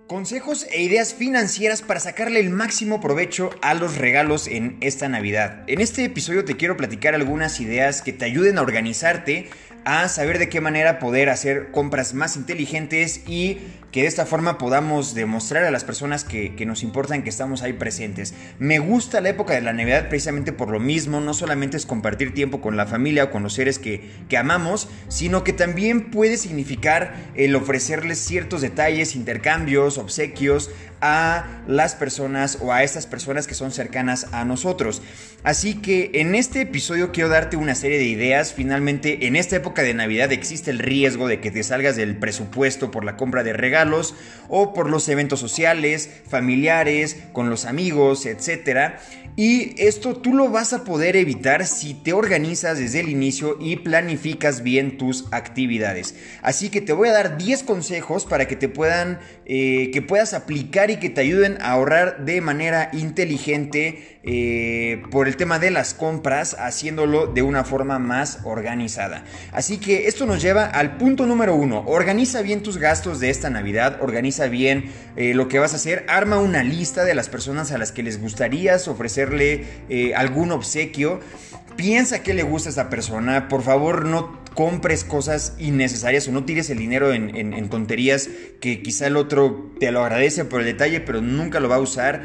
Consejos e ideas financieras para sacarle el máximo provecho a los regalos en esta Navidad. En este episodio te quiero platicar algunas ideas que te ayuden a organizarte, a saber de qué manera poder hacer compras más inteligentes y que de esta forma podamos demostrar a las personas que nos importan que estamos ahí presentes. Me gusta la época de la Navidad precisamente por lo mismo. No solamente es compartir tiempo con la familia o con los seres que amamos, sino que también puede significar el ofrecerles ciertos detalles, intercambios, obsequios a las personas o a estas personas que son cercanas a nosotros. Así que en este episodio quiero darte una serie de ideas. Finalmente, en esta época de Navidad existe el riesgo de que te salgas del presupuesto por la compra de regalos o por los eventos sociales, familiares, con los amigos, etcétera. Y esto tú lo vas a poder evitar si te organizas desde el inicio y planificas bien tus actividades. Así que te voy a dar 10 consejos para que te que puedas aplicar y que te ayuden a ahorrar de manera inteligente por el tema de las compras, haciéndolo de una forma más organizada. Así que esto nos lleva al punto número 1. Organiza bien tus gastos de esta Navidad, organiza bien lo que vas a hacer, arma una lista de las personas a las que les gustarías ofrecerle algún obsequio. Piensa qué le gusta a esta persona. Por favor, no compres cosas innecesarias o no tires el dinero en tonterías que quizá el otro te lo agradece por el detalle, pero nunca lo va a usar.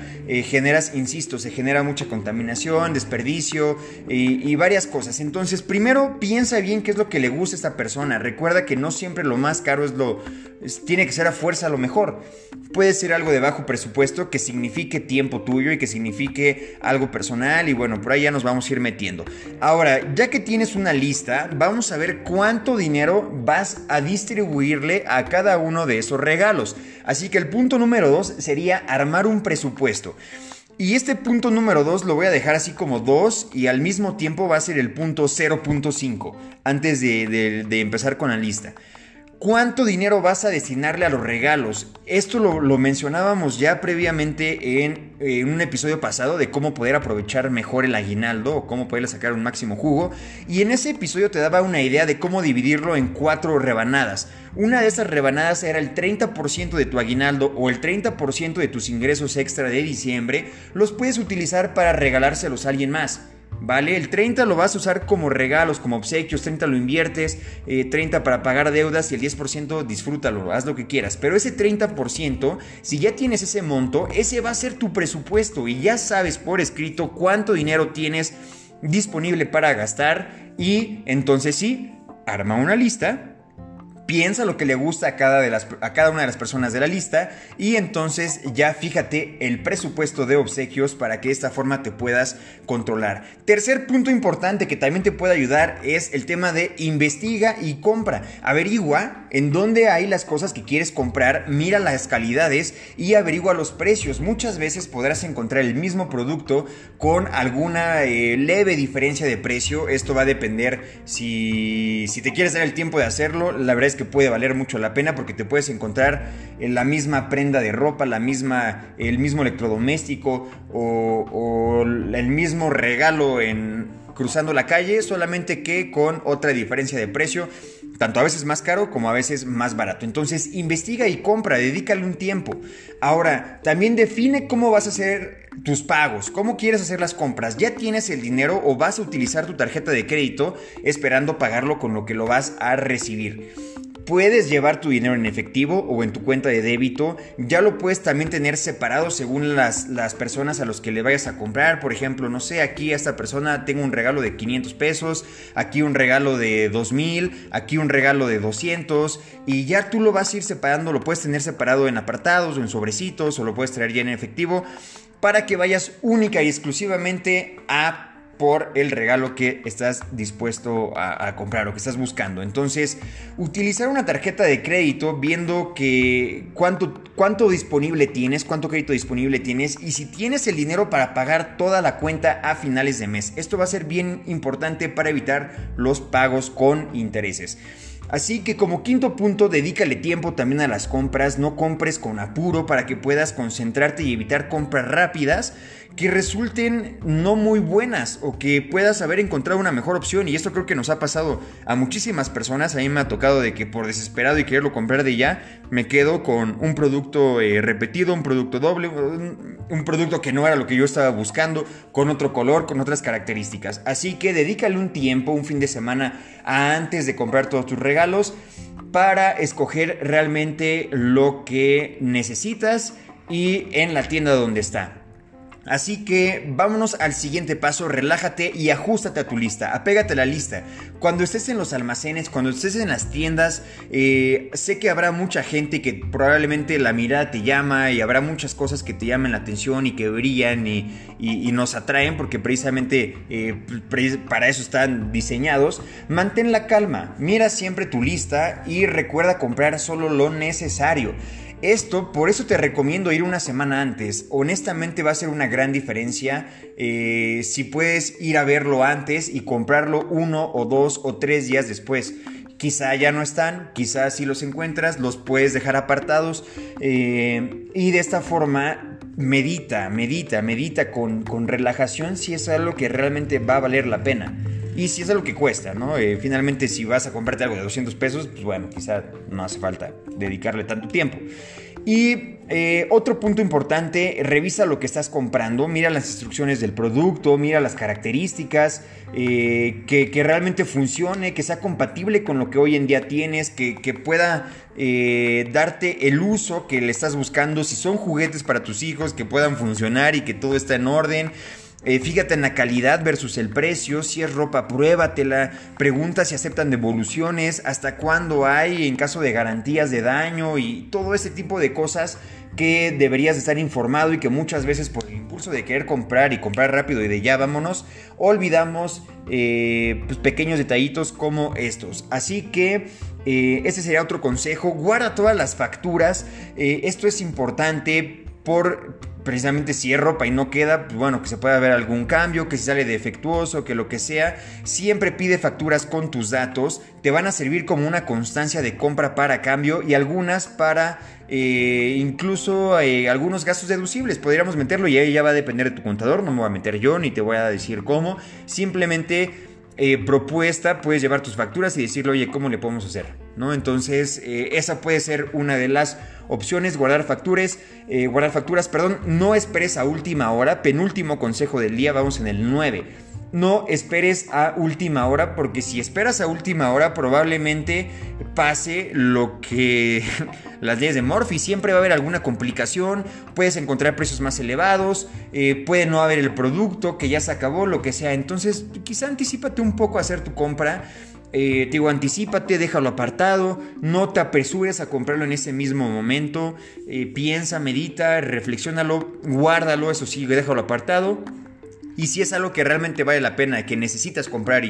Se genera mucha contaminación, desperdicio y varias cosas. Entonces, primero piensa bien qué es lo que le gusta a esta persona. Recuerda que no siempre lo más caro tiene que ser a fuerza lo mejor. Puede ser algo de bajo presupuesto que signifique tiempo tuyo y que signifique algo personal, y bueno, por ahí ya nos vamos a ir metiendo. Ahora, ya que tienes una lista, vamos a ver cuánto dinero vas a distribuirle a cada uno de esos regalos. Así que el punto número 2 sería armar un presupuesto. Y este punto número 2 lo voy a dejar así como 2 y al mismo tiempo va a ser el punto 0.5 antes de empezar con la lista. ¿Cuánto dinero vas a destinarle a los regalos? Esto lo mencionábamos ya previamente en un episodio pasado de cómo poder aprovechar mejor el aguinaldo o cómo poderle sacar un máximo jugo. Y en ese episodio te daba una idea de cómo dividirlo en 4 rebanadas. Una de esas rebanadas era el 30% de tu aguinaldo o el 30% de tus ingresos extra de diciembre. Los puedes utilizar para regalárselos a alguien más. ¿Vale? El 30 lo vas a usar como regalos, como obsequios, 30 lo inviertes, 30 para pagar deudas y el 10% disfrútalo, haz lo que quieras. Pero ese 30%, si ya tienes ese monto, ese va a ser tu presupuesto y ya sabes por escrito cuánto dinero tienes disponible para gastar. Y entonces sí, arma una lista. Piensa lo que le gusta a cada una de las personas de la lista y entonces ya fíjate el presupuesto de obsequios para que de esta forma te puedas controlar. Tercer punto importante que también te puede ayudar es el tema de investiga y compra. Averigua en dónde hay las cosas que quieres comprar, mira las calidades y averigua los precios. Muchas veces podrás encontrar el mismo producto con alguna leve diferencia de precio. Esto va a depender si te quieres dar el tiempo de hacerlo. La verdad es que puede valer mucho la pena porque te puedes encontrar en la misma prenda de ropa, el mismo electrodoméstico o el mismo regalo cruzando la calle, solamente que con otra diferencia de precio, tanto a veces más caro como a veces más barato. Entonces investiga y compra, dedícale un tiempo. Ahora, también define cómo vas a hacer tus pagos, cómo quieres hacer las compras. ¿Ya tienes el dinero o vas a utilizar tu tarjeta de crédito esperando pagarlo con lo que lo vas a recibir? Puedes llevar tu dinero en efectivo o en tu cuenta de débito. Ya lo puedes también tener separado según las personas a los que le vayas a comprar. Por ejemplo, no sé, aquí a esta persona tengo un regalo de 500 pesos, aquí un regalo de 2,000, aquí un regalo de 200 y ya tú lo vas a ir separando. Lo puedes tener separado en apartados o en sobrecitos o lo puedes traer ya en efectivo para que vayas única y exclusivamente por el regalo que estás dispuesto a comprar o que estás buscando. Entonces, utilizar una tarjeta de crédito viendo que cuánto disponible tienes, cuánto crédito disponible tienes y si tienes el dinero para pagar toda la cuenta a finales de mes. Esto va a ser bien importante para evitar los pagos con intereses. Así que como quinto punto, dedícale tiempo también a las compras, no compres con apuro para que puedas concentrarte y evitar compras rápidas que resulten no muy buenas o que puedas haber encontrado una mejor opción. Y esto creo que nos ha pasado a muchísimas personas. A mí me ha tocado de que por desesperado y quererlo comprar de ya, me quedo con un producto repetido, un producto doble, un producto que no era lo que yo estaba buscando, con otro color, con otras características. Así que dedícale un tiempo, un fin de semana antes de comprar todos tus regalos para escoger realmente lo que necesitas y en la tienda donde está. Así que vámonos al siguiente paso, relájate y ajústate a tu lista, apégate a la lista. Cuando estés en los almacenes, cuando estés en las tiendas, sé que habrá mucha gente que probablemente la mirada te llama y habrá muchas cosas que te llaman la atención y que brillan y nos atraen porque precisamente para eso están diseñados. Mantén la calma, mira siempre tu lista y recuerda comprar solo lo necesario. Por eso te recomiendo ir una semana antes. Honestamente va a ser una gran diferencia si puedes ir a verlo antes y comprarlo 1 o 2 o 3 días después. Quizá ya no están, quizá si los encuentras, los puedes dejar apartados y de esta forma medita con relajación si es algo que realmente va a valer la pena. Y si es algo que cuesta, ¿no? Finalmente, si vas a comprarte algo de 200 pesos, pues bueno, quizá no hace falta dedicarle tanto tiempo. Y otro punto importante, revisa lo que estás comprando, mira las instrucciones del producto, mira las características, que realmente funcione, que sea compatible con lo que hoy en día tienes, que pueda darte el uso que le estás buscando. Si son juguetes para tus hijos, que puedan funcionar y que todo está en orden. Fíjate en la calidad versus el precio. Si es ropa, pruébatela. Pregunta si aceptan devoluciones, hasta cuándo hay en caso de garantías de daño y todo ese tipo de cosas que deberías estar informado y que muchas veces por el impulso de querer comprar y comprar rápido y de ya vámonos, olvidamos pues pequeños detallitos como estos. Así que ese sería otro consejo. Guarda todas las facturas. Esto es importante precisamente si es ropa y no queda, pues bueno, que se pueda ver algún cambio, que si sale defectuoso, que lo que sea. Siempre pide facturas con tus datos, te van a servir como una constancia de compra para cambio y algunas para incluso algunos gastos deducibles. Podríamos meterlo y ahí ya va a depender de tu contador, no me voy a meter yo ni te voy a decir cómo. Simplemente propuesta, puedes llevar tus facturas y decirle, oye, ¿cómo le podemos hacer? ¿No? Entonces, esa puede ser una de las opciones, guardar facturas, no esperes a última hora. Penúltimo consejo del día, vamos en el 9. No esperes a última hora, porque si esperas a última hora probablemente pase lo que las leyes de Murphy, siempre va a haber alguna complicación, puedes encontrar precios más elevados, puede no haber el producto que ya se acabó, lo que sea. Entonces quizá anticípate un poco a hacer tu compra. Anticípate, déjalo apartado, no te apresures a comprarlo en ese mismo momento. Piensa, medita, reflexiónalo, guárdalo, eso sí, déjalo apartado. Y si es algo que realmente vale la pena, que necesitas comprar y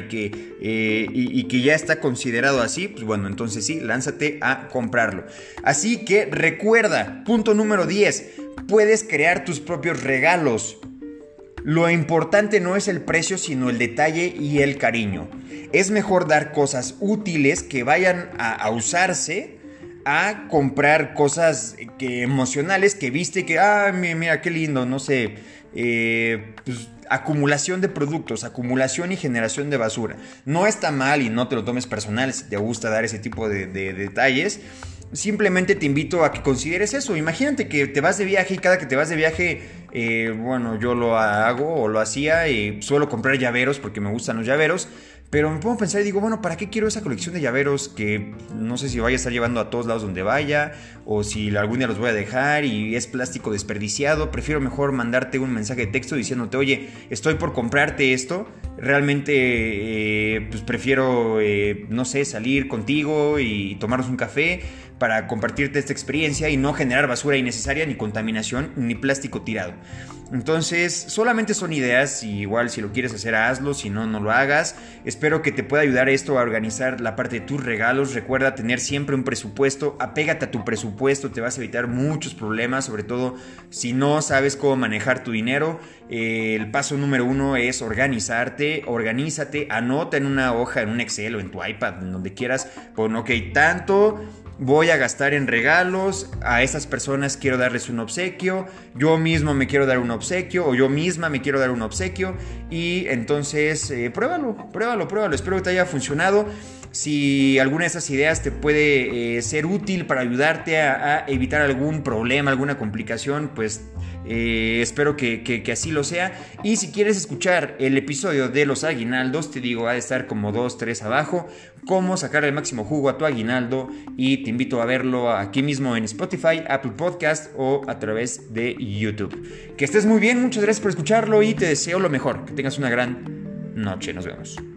que ya está considerado así, pues bueno, entonces sí, lánzate a comprarlo. Así que recuerda, punto número 10, puedes crear tus propios regalos. Lo importante no es el precio, sino el detalle y el cariño. Es mejor dar cosas útiles que vayan a usarse a comprar cosas emocionales que viste que, mira qué lindo, no sé, pues acumulación de productos, acumulación y generación de basura. No está mal y no te lo tomes personal si te gusta dar ese tipo de detalles. Simplemente te invito a que consideres eso. Imagínate que te vas de viaje y cada que te vas de viaje, bueno, yo lo hago o lo hacía, suelo comprar llaveros porque me gustan los llaveros. Pero me pongo a pensar y digo, bueno, ¿para qué quiero esa colección de llaveros que no sé si vaya a estar llevando a todos lados donde vaya? O si algún día los voy a dejar y es plástico desperdiciado. Prefiero mejor mandarte un mensaje de texto diciéndote, oye, estoy por comprarte esto. Realmente pues prefiero, no sé, salir contigo y tomarnos un café. para compartirte esta experiencia y no generar basura innecesaria, ni contaminación, ni plástico tirado. Entonces, solamente son ideas, y igual si lo quieres hacer, hazlo, si no, no lo hagas. Espero que te pueda ayudar esto a organizar la parte de tus regalos. Recuerda tener siempre un presupuesto, apégate a tu presupuesto, te vas a evitar muchos problemas, sobre todo si no sabes cómo manejar tu dinero. El paso número 1 es organizarte, organízate, anota en una hoja, en un Excel o en tu iPad, en donde quieras, pon ok, tanto voy a gastar en regalos, a estas personas quiero darles un obsequio, yo mismo me quiero dar un obsequio, o yo misma me quiero dar un obsequio, y entonces pruébalo, espero que te haya funcionado. Si alguna de esas ideas te puede ser útil para ayudarte a evitar algún problema, alguna complicación, pues espero que así lo sea. Y si quieres escuchar el episodio de los aguinaldos, te digo, ha de estar como 2, 3 abajo, cómo sacar el máximo jugo a tu aguinaldo, y te invito a verlo aquí mismo en Spotify, Apple Podcast o a través de YouTube. Que estés muy bien, muchas gracias por escucharlo y te deseo lo mejor, que tengas una gran noche, nos vemos.